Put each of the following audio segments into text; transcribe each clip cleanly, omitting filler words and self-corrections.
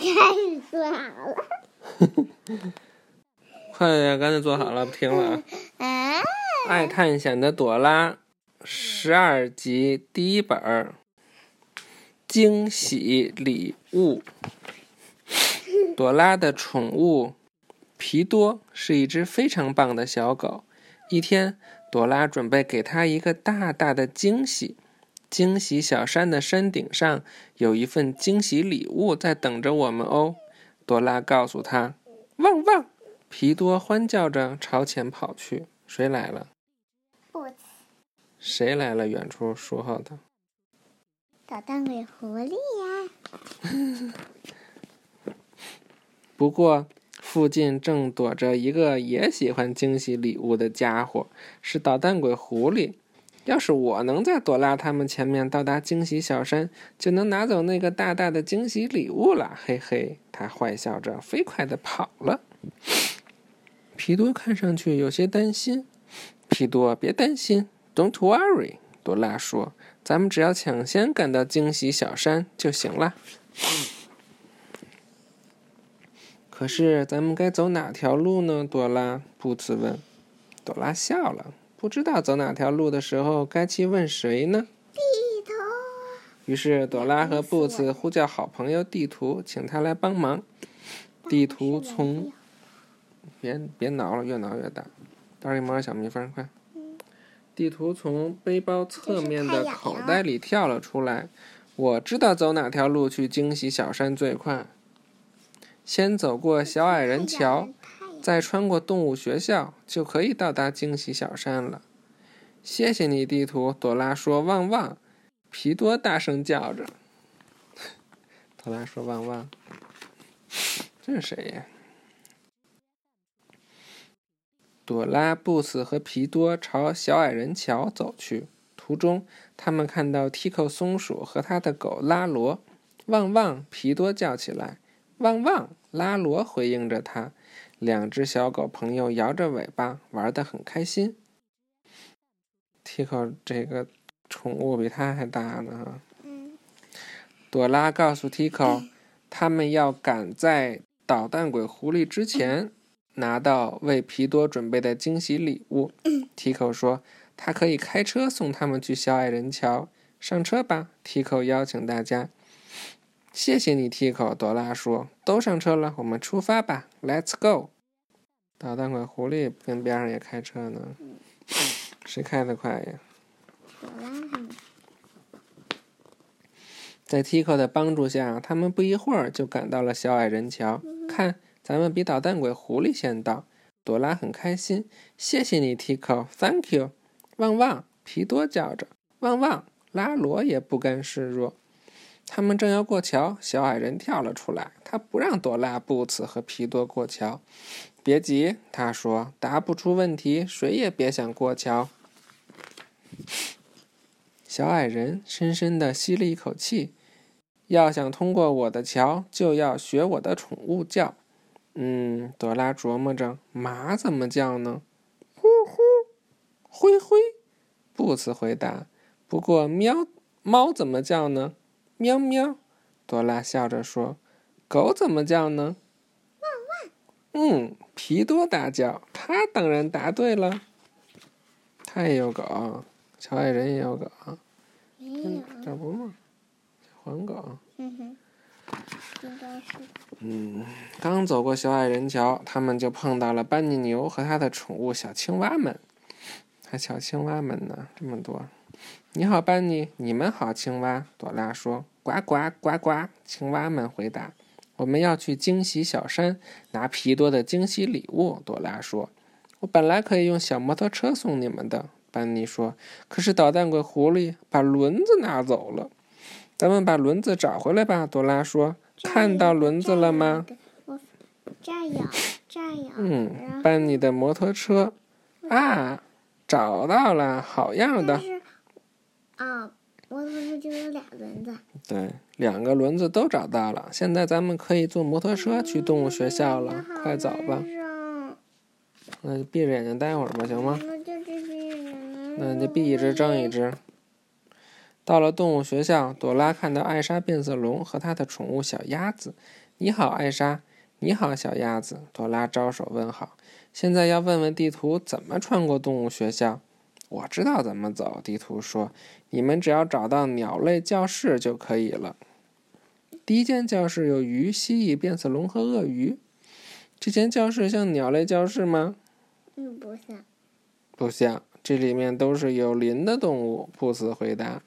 开始做好了。 快点，赶紧做好了，不听了啊！爱探险的朵拉12集第一本，惊喜礼物。朵拉的宠物皮多是一只非常棒的小狗。一天，朵拉准备给它一个大大的惊喜。惊喜小山的山顶上有一份惊喜礼物在等着我们哦。朵拉告诉他：“汪汪！”皮多欢叫着朝前跑去。谁来了？谁来了？远处树后头。 捣蛋鬼狐狸呀！ 不过，附近正躲着一个也喜欢惊喜礼物的家伙，是捣蛋鬼狐狸。要是我能在朵拉他们前面到达惊喜小山，就能拿走那个大大的惊喜礼物了。嘿嘿，他坏笑着，飞快地跑了。皮多看上去有些担心。皮多，别担心 ，Don't worry。朵拉说：“咱们只要抢先赶到惊喜小山就行了。”可是咱们该走哪条路呢？朵拉，布茨问。朵拉笑了，不知道走哪条路的时候，该去问谁呢？ 地图。 于是朵拉和布茨呼叫好朋友地图，请他来帮忙。地图从别挠了，越挠越大。袋里摸着小蜜蜂，快！地图从背包侧面的口袋里跳了出来。我知道走哪条路去惊喜小山最快。先走过小矮人桥，再穿过动物学校，就可以到达惊喜小山了。谢谢你，地图。朵拉说：“汪汪！”皮多大声叫着。朵拉说：“汪汪！”这是谁呀？朵拉、布斯和皮多朝小矮人桥走去。途中，他们看到Tico松鼠和他的狗拉罗。汪汪！皮多叫起来。汪汪！拉罗回应着他。两只小狗朋友摇着尾巴，玩得很开心。Tico 这个宠物比他还大呢。朵拉告诉 Tico， 他们要赶在捣蛋鬼狐狸之前拿到为皮多准备的惊喜礼物。Tico 说他可以开车送他们去小矮人桥。上车吧， Tico 邀请大家。谢谢你 Tico， 朵拉说。都上车了，我们出发吧， Let's go。 捣蛋鬼狐狸跟边上也开车呢。谁开得快呀？ 朵拉他们。 在 Tico 的帮助下，他们不一会儿就赶到了小矮人桥。看，咱们比捣蛋鬼狐狸先到。朵拉很开心。谢谢你 Tico， Thank you。 汪汪！皮多叫着。汪汪！拉罗也不甘示弱。他们正要过桥，小矮人跳了出来。他不让朵拉、布茨和皮多过桥。别急，他说，答不出问题，谁也别想过桥。小矮人深深地吸了一口气。要想通过我的桥，就要学我的宠物叫。朵拉琢磨着，马怎么叫呢？呼呼，灰灰。布茨回答。不过猫怎么叫呢？喵喵。朵拉笑着说。狗怎么叫呢？汪汪。皮多大叫。他当然答对了。他也有狗，小矮人也有狗。 没有。 这不吗？黄狗。 应该是。刚走过小矮人桥，他们就碰到了班尼牛和他的宠物小青蛙们。还小青蛙们呢，这么多。你好，班尼。你们好，青蛙。朵拉说。呱呱呱呱。青蛙们回答。我们要去惊喜小山拿皮多的惊喜礼物。朵拉说。我本来可以用小摩托车送你们的，班尼说。可是捣蛋鬼狐狸把轮子拿走了。咱们把轮子找回来吧，朵拉说。看到轮子了吗？ 这有。 班尼的摩托车啊，找到了，好样的。 摩托车就有俩轮子。 对，2个轮子都找到了。现在咱们可以坐摩托车去动物学校了，快走吧。那就闭着眼睛待会儿吧，行吗？那就闭一只睁一只。 到了动物学校，朵拉看到艾莎变色龙和她的宠物小鸭子。你好，艾莎。你好，小鸭子。朵拉招手问好。现在要问问地图怎么穿过动物学校。我知道怎么走，地图说。你们只要找到鸟类教室就可以了。第一间教室有鱼、蜥蜴、变色龙和鳄鱼。这间教室像鸟类教室吗？ 不像。 不像，这里面都是有鳞的动物。布斯回答。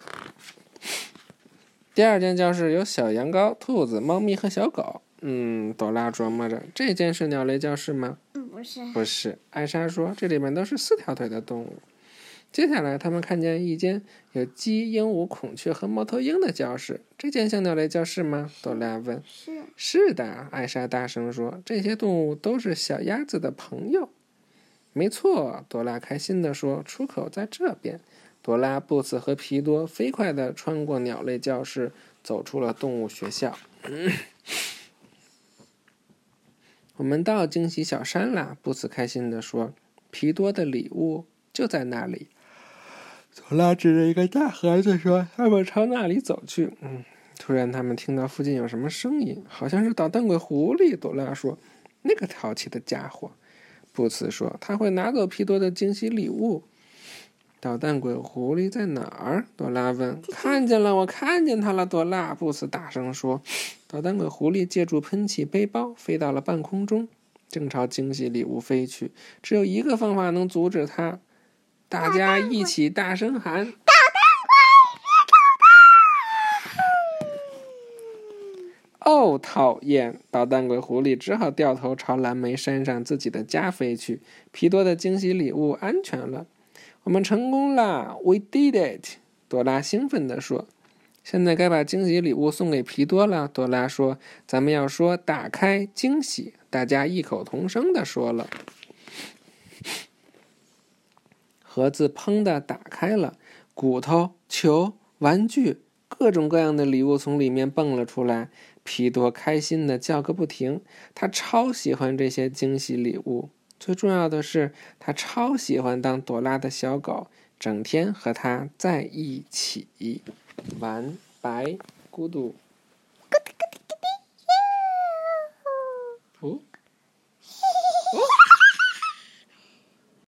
第二间教室有小羊羔、兔子、猫咪和小狗。朵拉琢磨着，这间是鸟类教室吗？ 不是。 不是，艾莎说，这里面都是4条腿的动物。接下来，他们看见一间有鸡、鹦鹉、孔雀和猫头鹰的教室。这间像鸟类教室吗？朵拉问。是的，艾莎大声说，这些动物都是小鸭子的朋友。没错，朵拉开心地说，出口在这边。朵拉、布茨和皮多飞快地穿过鸟类教室，走出了动物学校。我们到惊喜小山啦！布茨开心地说，皮多的礼物就在那里。朵拉指着一个大盒子说，他们朝那里走去。突然他们听到附近有什么声音，好像是捣蛋鬼狐狸。朵拉说，那个淘气的家伙。布茨说，他会拿走皮多的惊喜礼物。捣蛋鬼狐狸在哪儿？朵拉问。看见了，我看见他了，朵拉。布茨大声说。捣蛋鬼狐狸借助喷气背包飞到了半空中，正朝惊喜礼物飞去。只有一个方法能阻止他，大家一起大声喊：捣蛋鬼！哦，讨厌！捣蛋鬼狐狸只好掉头朝蓝莓山上自己的家飞去。皮多的惊喜礼物安全了。我们成功了 ！We did it！ 朵拉兴奋地说。现在该把惊喜礼物送给皮多了，朵拉说。咱们要说打开惊喜，大家异口同声地说了。盒子砰地打开了，骨头、球、玩具，各种各样的礼物从里面蹦了出来。皮多开心地叫个不停，他超喜欢这些惊喜礼物。最重要的是，他超喜欢当朵拉的小狗，整天和他在一起。完，拜，咕嘟。 咕嘟咕嘟咕嘟，哟。